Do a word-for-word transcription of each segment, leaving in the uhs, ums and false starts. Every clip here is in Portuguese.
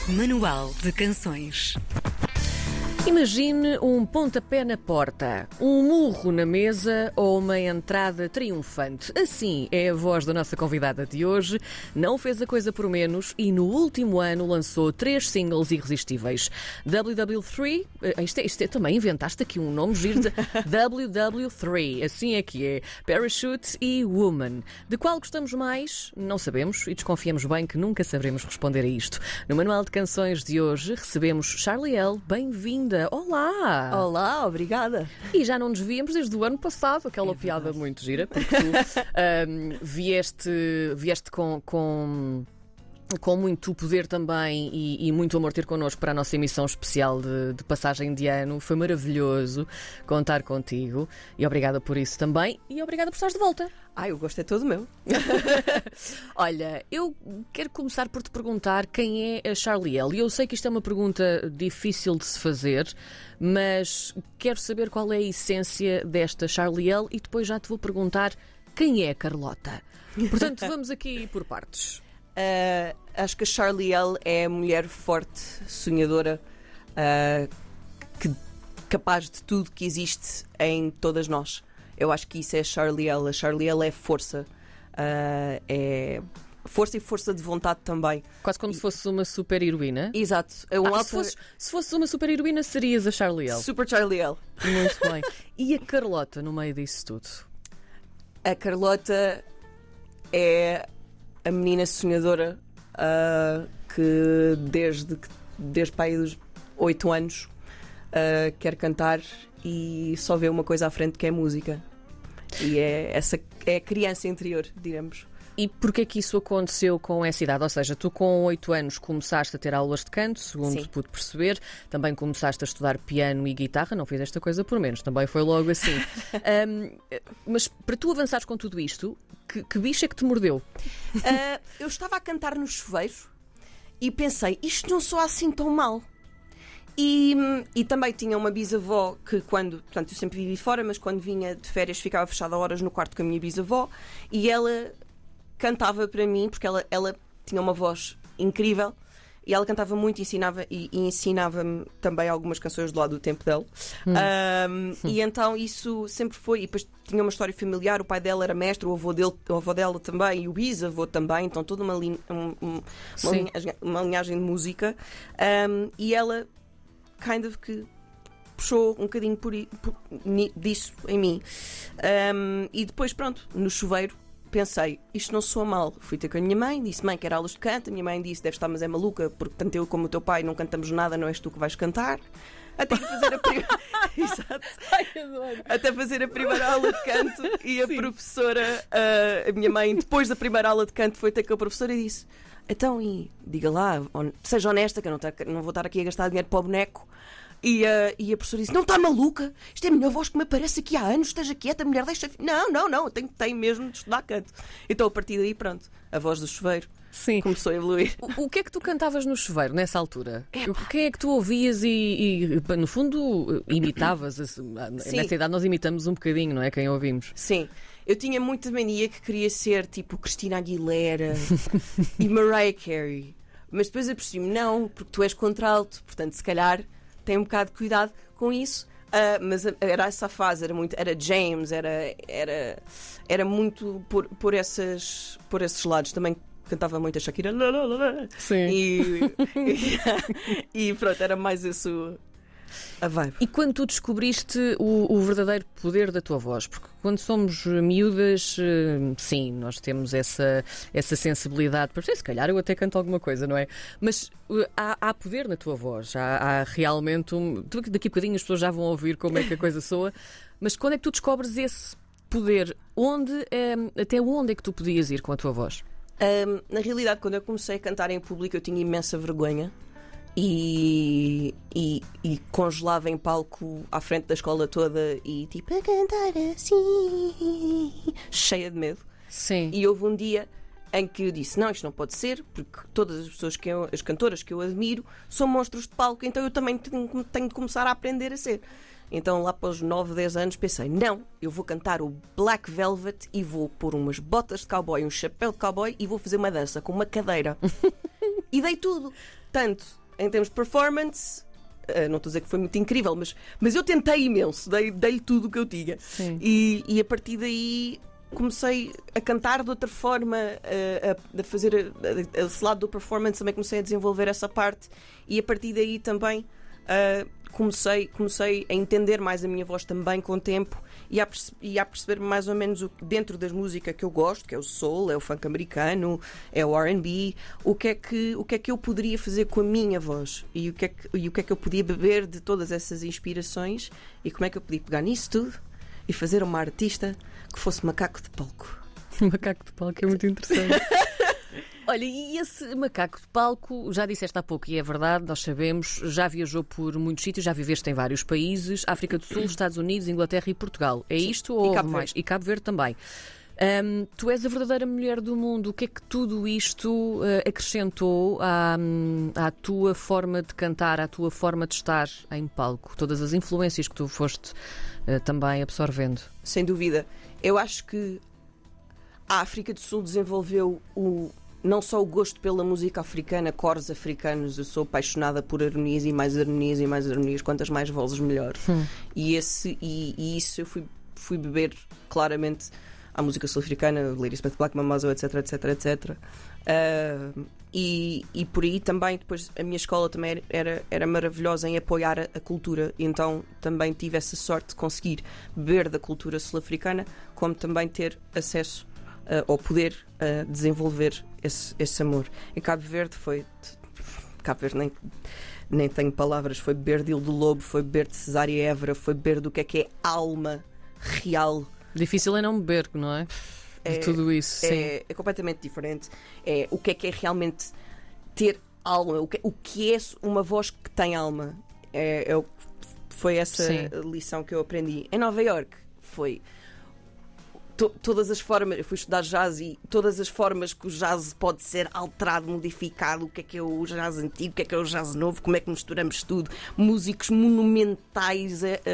Manual de Canções. Imagine um pontapé na porta, um murro na mesa ou uma entrada triunfante. Assim é a voz da nossa convidada de hoje. Não fez a coisa por menos e no último ano lançou três singles irresistíveis. W W três, isto é, isto é, também inventaste aqui um nome giro de W W três, assim é que é. Parachute e Woman. De qual gostamos mais? Não sabemos e desconfiamos bem que nunca saberemos responder a isto. No Manual de Canções de hoje recebemos Charlie Elle. Bem-vinda! Olá! Olá, obrigada. E já não nos víamos desde o ano passado, aquela é piada muito gira, porque tu um, vieste, vieste com, com, com muito poder também e, e muito amor ter connosco para a nossa emissão especial de, de passagem de ano. Foi maravilhoso contar contigo e obrigada por isso também e obrigada por estares de volta. Ai, o gosto é todo meu. Olha, eu quero começar por te perguntar quem é a Charlie Elle. E eu sei que isto é uma pergunta difícil de se fazer, mas quero saber qual é a essência desta Charlie Elle e depois já te vou perguntar quem é a Carlota. Portanto, vamos aqui por partes. Uh, acho que a Charlie Elle é a mulher forte, sonhadora, uh, que, capaz de tudo que existe em todas nós. Eu acho que isso é a Charlie Elle. A Charlie Elle é força. Uh, é força e força de vontade também. Quase como e... se fosse uma super heroína. Exato. É um ah, alto... se, fosses, se fosse uma super heroína, serias a Charlie Elle. Super Charlie Elle. Muito bem. E a Carlota no meio disso tudo? A Carlota é a menina sonhadora uh, que desde, desde pai dos oito anos uh, quer cantar e só vê uma coisa à frente que é música. E é, essa, é a criança interior, diremos. E porquê que isso aconteceu com essa idade? Ou seja, tu com oito anos começaste a ter aulas de canto, segundo Sim. pude perceber. Também começaste a estudar piano e guitarra. Não fizeste a coisa por menos, também foi logo assim. um, mas para tu avançares com tudo isto, que, que bicho é que te mordeu? Uh, eu estava a cantar no chuveiro e pensei, isto não soa assim tão mal. E, e também tinha uma bisavó que quando, portanto eu sempre vivi fora, mas quando vinha de férias ficava fechada a horas no quarto com a minha bisavó e ela cantava para mim, porque ela, ela tinha uma voz incrível e ela cantava muito e ensinava, e, e ensinava-me também algumas canções do lado do tempo dela. Hum. Um, hum. E então isso sempre foi, e depois tinha uma história familiar, o pai dela era mestre, o avô, dele, o avô dela também e o bisavô também, então toda uma, lin, um, uma, linhagem, uma linhagem de música. Um, e ela kind of que puxou um bocadinho por, por, disso em mim. Um, e depois, pronto, no chuveiro, pensei, isto não soa mal. Fui ter com a minha mãe, disse, mãe, quero aulas de canto. A minha mãe disse, deve estar, mas é maluca, porque tanto eu como o teu pai não cantamos nada, não és tu que vais cantar. Até fazer a primeira... Exato. Ai, adoro. Até fazer a primeira aula de canto e a Sim. professora, uh, a minha mãe, depois da primeira aula de canto, foi ter com a professora e disse, então, e diga lá, seja honesta, que eu não, tá, não vou estar aqui a gastar dinheiro para o boneco. E, uh, e a professora disse, não está maluca? Isto é a minha voz que me aparece aqui há anos, esteja quieta, mulher, deixa... Não, não, não, tenho, tenho mesmo de estudar canto. Então, a partir daí, pronto, a voz do chuveiro Sim. começou a evoluir. O, o que é que tu cantavas no chuveiro, nessa altura? O que é que tu ouvias e, e no fundo, imitavas? Sim. Nessa idade nós imitamos um bocadinho, não é? Quem ouvimos. Sim. Eu tinha muita mania que queria ser tipo Cristina Aguilera e Mariah Carey. Mas depois eu percebi-me, não, porque tu és contralto, portanto, se calhar, tem um bocado de cuidado com isso. Uh, mas era essa fase, era muito, era James, era, era, era muito por, por, essas, por esses lados. Também cantava muito a Shakira. Sim. E, e, e pronto, era mais isso. A vibe. E quando tu descobriste o, o verdadeiro poder da tua voz? Porque quando somos miúdas, sim, nós temos essa, essa sensibilidade para, se calhar eu até canto alguma coisa, não é? Mas há, há poder na tua voz, há, há realmente um... Daqui a bocadinho as pessoas já vão ouvir como é que a coisa soa, mas quando é que tu descobres esse poder? Onde, até onde é que tu podias ir com a tua voz? Um, na realidade, quando eu comecei a cantar em público, eu tinha imensa vergonha. E, e, e congelava em palco à frente da escola toda e tipo a cantar assim, cheia de medo. Sim. E houve um dia em que eu disse, não, isto não pode ser, porque todas as pessoas que eu, as cantoras que eu admiro são monstros de palco, então eu também tenho, tenho de começar a aprender a ser. Então lá para os nove, dez anos pensei, não, eu vou cantar o Black Velvet e vou pôr umas botas de cowboy, um chapéu de cowboy e vou fazer uma dança com uma cadeira. e dei tudo. Tanto em termos de performance, uh, não estou a dizer que foi muito incrível, mas, mas eu tentei imenso, dei, dei-lhe tudo o que eu tinha. E, e a partir daí comecei a cantar de outra forma, a, a fazer a, a, esse lado do performance, também comecei a desenvolver essa parte, e a partir daí também uh, comecei, comecei a entender mais a minha voz também com o tempo, e a, perce- e a perceber mais ou menos o, dentro das músicas que eu gosto, que é o soul, é o funk americano, é o R and B, o que é que, o que é que eu poderia fazer com a minha voz, e o que é que, e o que é que eu podia beber de todas essas inspirações, e como é que eu podia pegar nisso tudo e fazer uma artista que fosse macaco de palco. Macaco de palco é muito interessante. Olha, e esse macaco de palco, já disseste há pouco, e é verdade, nós sabemos, já viajou por muitos sítios, já viveste em vários países, África do Sul, Estados Unidos, Inglaterra e Portugal. É isto ou Cabo mais? Verde. E Cabo Verde também. Hum, tu és a verdadeira mulher do mundo. O que é que tudo isto uh, acrescentou à, à tua forma de cantar, à tua forma de estar em palco? Todas as influências que tu foste uh, também absorvendo. Sem dúvida. Eu acho que a África do Sul desenvolveu o, não só o gosto pela música africana, cores africanos. Eu sou apaixonada por harmonias e mais harmonias e mais harmonias. Quantas mais vozes, melhor. Hum. E, esse, e, e isso eu fui, fui beber claramente à música sul-africana, Ladysmith Black Mambazo, etc, etc, et cetera. Uh, e, e por aí também, depois, a minha escola também era, era maravilhosa em apoiar a, a cultura, então também tive essa sorte de conseguir beber da cultura sul-africana, como também ter acesso uh, ou poder uh, desenvolver esse, esse amor. Em Cabo Verde foi... Cabo Verde nem, nem tenho palavras, foi beber de Ildo Lobo, foi beber de Cesária Évora, foi beber do que é que é alma real. Difícil é não beber, não é? De É, tudo isso, é, sim. é completamente diferente. É o que é que é realmente ter alma, o que, o que é uma voz que tem alma. É, é, foi essa Sim. lição que eu aprendi. Em Nova Iorque foi to, todas as formas, eu fui estudar jazz e todas as formas que o jazz pode ser alterado, modificado, o que é que é o jazz antigo, o que é que é o jazz novo, como é que misturamos tudo, músicos monumentais a, a,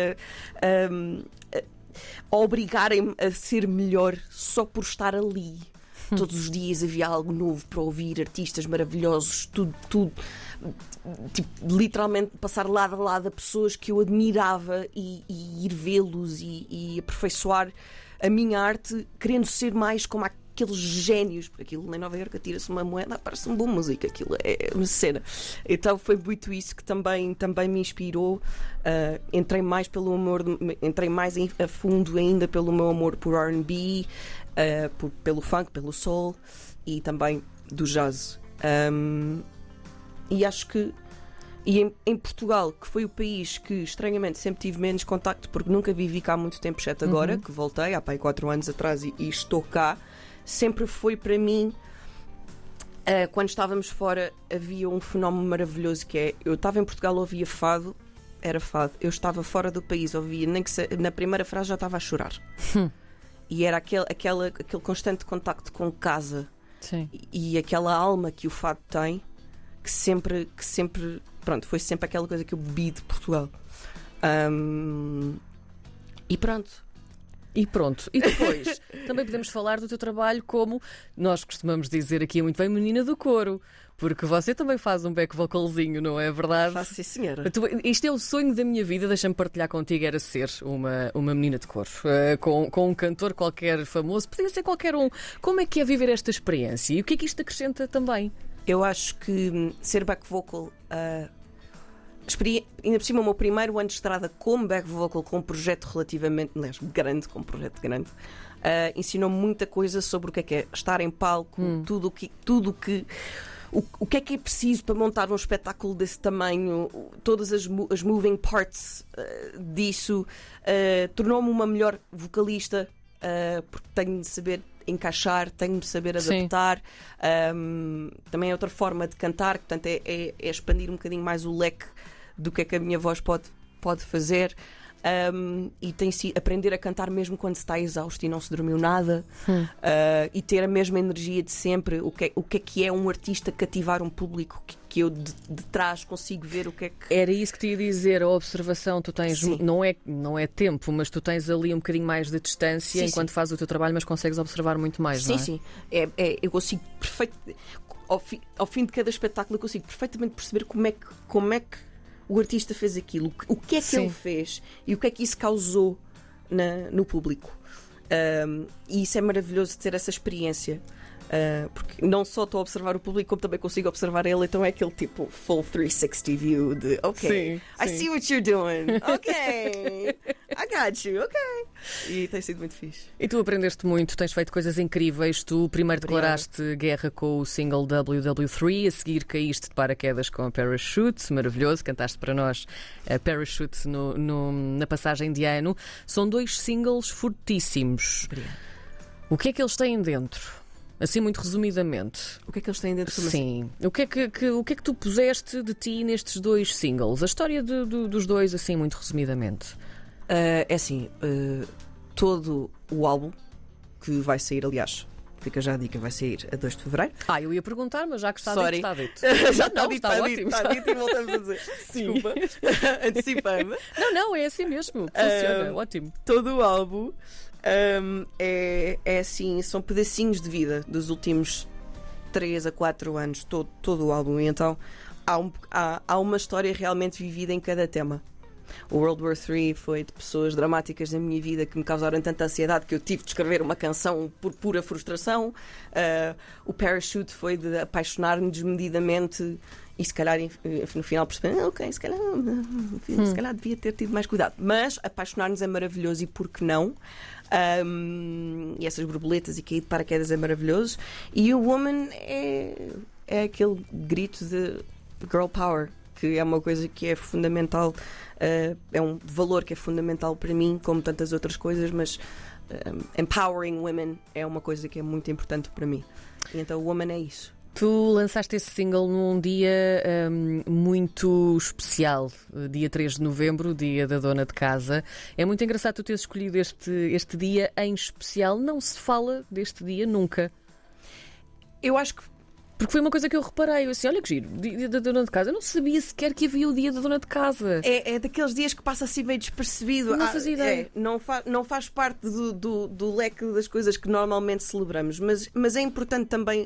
a, a, a obrigarem-me a ser melhor só por estar ali. Todos os dias havia algo novo para ouvir, artistas maravilhosos, tudo, tudo. Tipo, literalmente passar lado a lado a pessoas que eu admirava e, e ir vê-los e, e aperfeiçoar a minha arte, querendo ser mais como aqueles génios, porque aquilo em Nova Iorque tira-se uma moeda, parece uma boa música, aquilo é uma cena. Então foi muito isso que também, também me inspirou. Uh, entrei mais pelo amor, entrei mais a fundo ainda pelo meu amor por R and B, uh, por, pelo funk, pelo soul e também do jazz. Um, e acho que e em, em Portugal, que foi o país que estranhamente sempre tive menos contacto, porque nunca vivi cá há muito tempo, exceto agora, Uhum. que voltei há pai quatro anos atrás e, e estou cá. Sempre foi para mim, uh, quando estávamos fora, havia um fenómeno maravilhoso que é, eu estava em Portugal, ouvia fado, era fado. Eu estava fora do país, ouvia, nem que se, na primeira frase já estava a chorar. E era aquele, aquela, aquele constante contacto com casa. Sim. E, e aquela alma que o fado tem, que sempre, que sempre, pronto, foi sempre aquela coisa que eu bebi de Portugal. Um, e pronto. E pronto. E depois, também podemos falar do teu trabalho como, nós costumamos dizer aqui muito bem, menina do coro, porque você também faz um back vocalzinho, não é verdade? Faço sim, senhora. Tu- Isto é o sonho da minha vida, deixa-me partilhar contigo, era ser uma, uma menina de coro, uh, com, com um cantor qualquer famoso, podia ser qualquer um. Como é que é viver esta experiência? E o que é que isto acrescenta também? Eu acho que hum, ser back vocal, uh, experi- ainda por cima o meu primeiro ano de estrada como back vocal, com um projeto relativamente aliás, grande, com um projeto grande, uh, ensinou-me muita coisa sobre o que é que é estar em palco, Hum. tudo o que, tudo que o, o que é que é preciso para montar um espetáculo desse tamanho, o- todas as, mo- as moving parts uh, disso, uh, tornou-me uma melhor vocalista, uh, porque tenho de saber encaixar, tenho de saber Sim. adaptar. Um, também é outra forma de cantar, portanto é, é- é expandir um bocadinho mais o leque do que é que a minha voz pode, pode fazer. Um, e tem se aprender a cantar mesmo quando se está exausto e não se dormiu nada, Hum. uh, e ter a mesma energia de sempre. O que é, o que é que é um artista cativar um público que, que eu de, de trás consigo ver o que é que. Era isso que te ia dizer, a observação, tu tens, Sim. não é, não é tempo, mas tu tens ali um bocadinho mais de distância Sim, enquanto sim. fazes o teu trabalho, mas consegues observar muito mais, Sim, não é? sim. É, é, eu consigo perfeito. ao, fi, ao fim de cada espetáculo eu consigo perfeitamente perceber como é que, como é que o artista fez aquilo, o que é que Sim. ele fez e o que é que isso causou na, no público. Um, e isso é maravilhoso de ter essa experiência. Uh, porque não só estou a observar o público, como também consigo observar ele, então é aquele tipo full trezentos e sessenta view de ok, Sim, I sim. see what you're doing, ok, I got you, ok. E tem sido muito fixe. E tu aprendeste muito, tens feito coisas incríveis. Tu primeiro declaraste guerra com o single W W três, a seguir caíste de paraquedas com a Parachute, maravilhoso, cantaste para nós a Parachute no, no, na passagem de ano. São dois singles fortíssimos. Obrigada. O que é que eles têm dentro? Assim, muito resumidamente. O que é que eles têm dentro de Sim. O que, é que, que, o que é que tu puseste de ti nestes dois singles? A história de, de, dos dois, assim, muito resumidamente. Uh, é assim, uh, todo o álbum que vai sair, aliás, fica já a dica, vai sair a dois de fevereiro. Ah, eu ia perguntar, mas já que está Sorry. dito, está dito. Já Não, está dito, está está ótimo. dito, está dito e voltamos a dizer. Sim. Desculpa, antecipei-me. Não, não, é assim mesmo. Funciona, Um, ótimo. Todo o álbum um, é, é assim, são pedacinhos de vida dos últimos três a quatro anos, todo, todo o álbum. E então há, um, há, há uma história realmente vivida em cada tema. O World War três foi de pessoas dramáticas da minha vida que me causaram tanta ansiedade que eu tive de escrever uma canção por pura frustração. Uh, o Parachute foi de apaixonar-me desmedidamente e se calhar no final perceber, ah, ok, se calhar, se calhar devia ter tido mais cuidado. Mas apaixonar-nos é maravilhoso e por que não? Um, e essas borboletas e cair de paraquedas é maravilhoso. E o Woman é, é aquele grito de girl power, que é uma coisa que é fundamental, uh, é um valor que é fundamental para mim, como tantas outras coisas, mas um, empowering women é uma coisa que é muito importante para mim. E então o Woman é isso. Tu lançaste esse single num dia hum, muito especial, dia três de novembro, dia da dona de casa. É muito engraçado tu teres escolhido este, este dia em especial. Não se fala deste dia nunca. Eu acho que Porque foi uma coisa que eu reparei. Eu assim, olha que giro, dia da dona de casa. Eu não sabia sequer que havia o dia da dona de casa. É, é daqueles dias que passa assim meio despercebido. Não Ah, fazia ideia. é, não, fa não faz parte do, do, do leque das coisas que normalmente celebramos, mas, mas é importante também.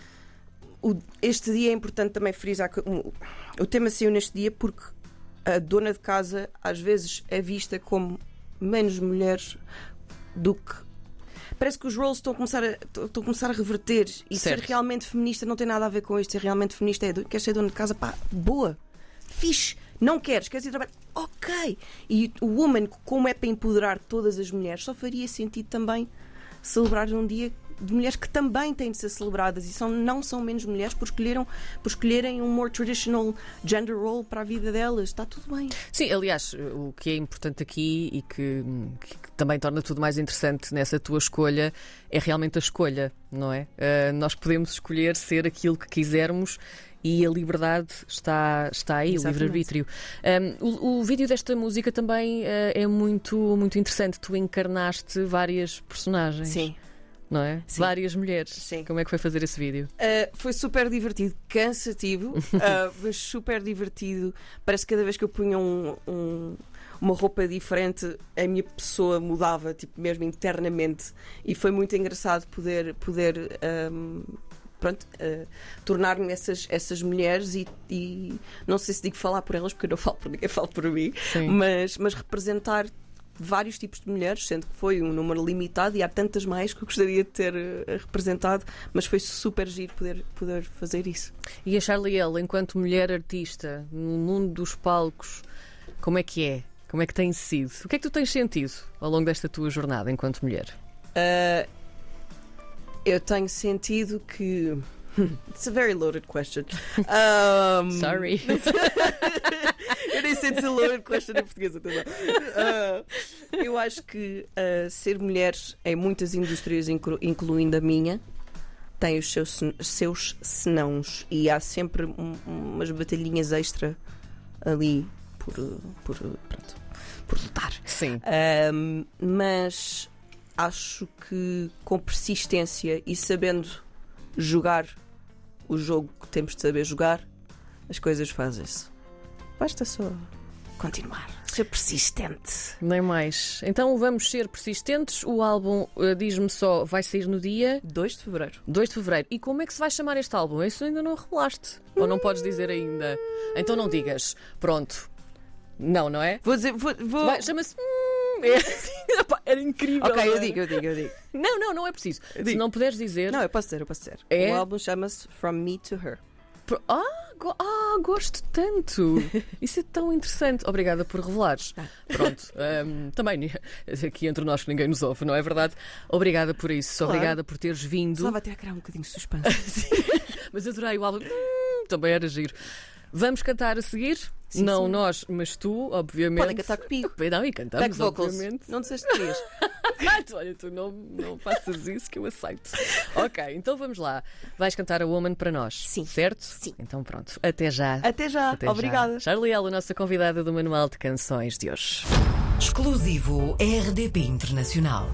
O, este dia é importante também frisar que o, o tema saiu neste dia porque a dona de casa às vezes é vista como menos mulher do que. Parece que os roles estão a começar a, estão a, começar a reverter e Certo. ser realmente feminista não tem nada a ver com isto. Ser realmente feminista é queres ser dona de casa, pá, boa, fixe. Não queres, queres ir trabalhar, ok. E o Woman, como é para empoderar todas as mulheres, só faria sentido também celebrar um dia de mulheres que também têm de ser celebradas e são, não são menos mulheres por, escolheram, por escolherem um more traditional gender role para a vida delas. Está tudo bem. Sim, aliás, o que é importante aqui e que, que também torna tudo mais interessante nessa tua escolha é realmente a escolha, não é? Uh, nós podemos escolher ser aquilo que quisermos e a liberdade está, está aí, Exatamente. o livre-arbítrio. Um, o, o vídeo desta música também uh, é muito, muito interessante. Tu encarnaste várias personagens. Sim. Não é? Sim. Várias mulheres. Sim. Como é que foi fazer esse vídeo? Uh, foi super divertido, cansativo, uh, mas super divertido. Parece que cada vez que eu punha um, um, uma roupa diferente, a minha pessoa mudava, tipo, mesmo internamente. E foi muito engraçado poder, poder um, pronto, uh, tornar-me essas, essas mulheres e, e não sei se digo falar por elas, porque eu não falo por ninguém, falo por mim, mas, mas representar vários tipos de mulheres, sendo que foi um número limitado e há tantas mais que eu gostaria de ter uh, representado, mas foi super giro poder, poder fazer isso. E a Charlie Elle, enquanto mulher artista, no mundo dos palcos, como é que é? Como é que tem sido? O que é que tu tens sentido ao longo desta tua jornada enquanto mulher? Uh, eu tenho sentido que... It's a very loaded question. Um... Sorry. Eu nem sei dizer loaded question em português. Uh, eu acho que uh, ser mulher em muitas indústrias, inclu incluindo a minha, tem os seus, seus senãos e há sempre um, umas batalhinhas extra ali por, por, pronto, por lutar. Sim. Um, mas acho que com persistência e sabendo jogar o jogo que temos de saber jogar, as coisas fazem-se. Basta só continuar. seja persistente. Nem mais. Então vamos ser persistentes. O álbum, uh, diz-me só, vai sair no dia dois de fevereiro. dois de fevereiro. E como é que se vai chamar este álbum? Isso ainda não revelaste. Ou não podes dizer ainda? Então não digas. Pronto. Não, não é? Vou dizer. Vou, vou... Vai, chama-se. Hum, é assim. Epá, era incrível. Ok, não eu era? digo, eu digo, eu digo. Não, não, não é preciso. Se digo. não puderes dizer. Não, eu posso dizer, eu posso dizer. É? O álbum chama-se From Me to Her. Pro- Ah, go- ah, gosto tanto. Isso é tão interessante. Obrigada por revelares. Pronto. Ahm, também aqui entre nós que ninguém nos ouve, não é verdade? Obrigada por isso. Claro. Obrigada por teres vindo. Só vai ter a criar um bocadinho de suspense. Mas adorei o álbum. Hum, também era giro. Vamos cantar a seguir? Sim, não sim. nós, mas tu, obviamente. Podem cantar comigo. Não, e cantamos, Back vocals. obviamente. Não disseste que querias. Ah, tu, olha, tu não, não faças isso que eu aceito. Ok, então vamos lá. Vais cantar a Woman para nós. Sim. Certo? Sim. Então pronto. Até já. Até já. Até já. Obrigada. Charlie Ella, nossa convidada do Manual de Canções de hoje. Exclusivo R D P Internacional.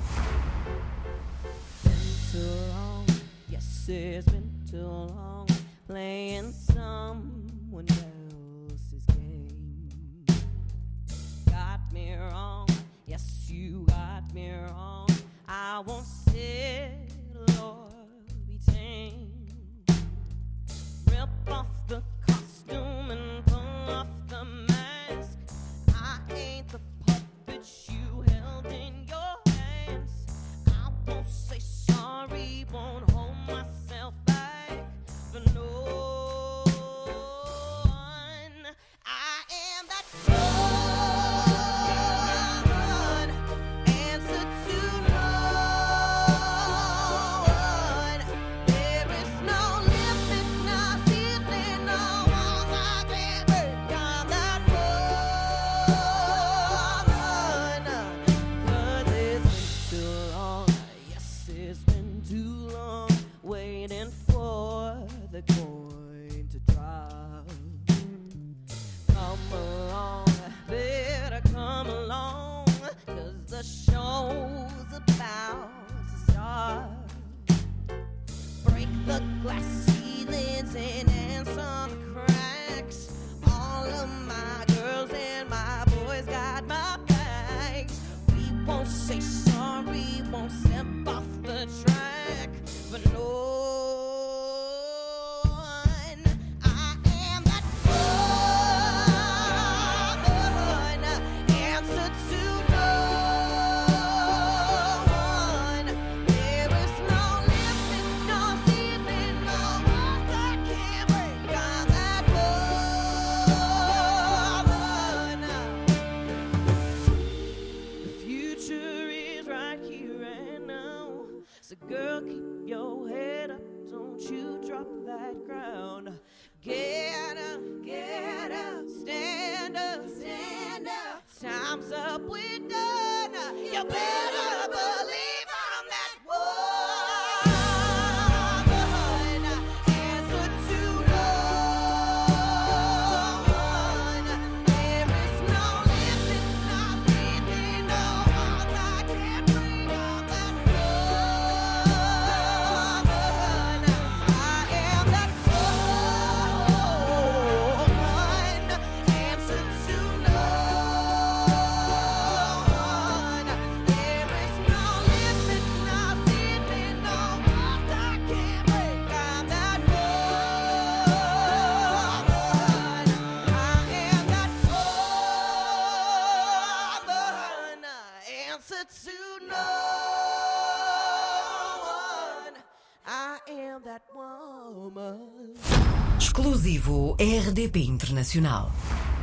Too long, yes, it's been too long playing someone else's game. Got me wrong, yes, you got me wrong. I won't settle or be tamed. Rip off the costume and pull off the mask. I ain't the puppet you held in your hands. I won't say sorry, won't hold myself back for no one. I am that woman, answer to no one. There is no limit, no ceiling, no walls I can't break. I'm that woman, 'cause it's been too long. Yes, it's been too long waiting for the coin to drop. Come along, better come along, 'cause the show's about to start. Break the glass ceilings and dance on the cracks. All of my girls and my boys got my bags. We won't say sorry, won't step off the track for no one. I am that woman, answer to no one. There is no limit, no ceiling, no walls I can't break. I'm that woman. The future is right here and now. So girl, keep your head up, don't you drop that crown. Get up, get up, stand up, stand up. Time's up, we're done. You better believe I'm that woman. Answer to no one. There is no limit, no ceiling, no walls I can't break. I'm that woman. I am that woman. Answer to no one. There is no limit, no ceiling, no walls I can't break. I'm that woman. I am that woman. Answer to no one. I am that woman. Exclusivo R D P Internacional.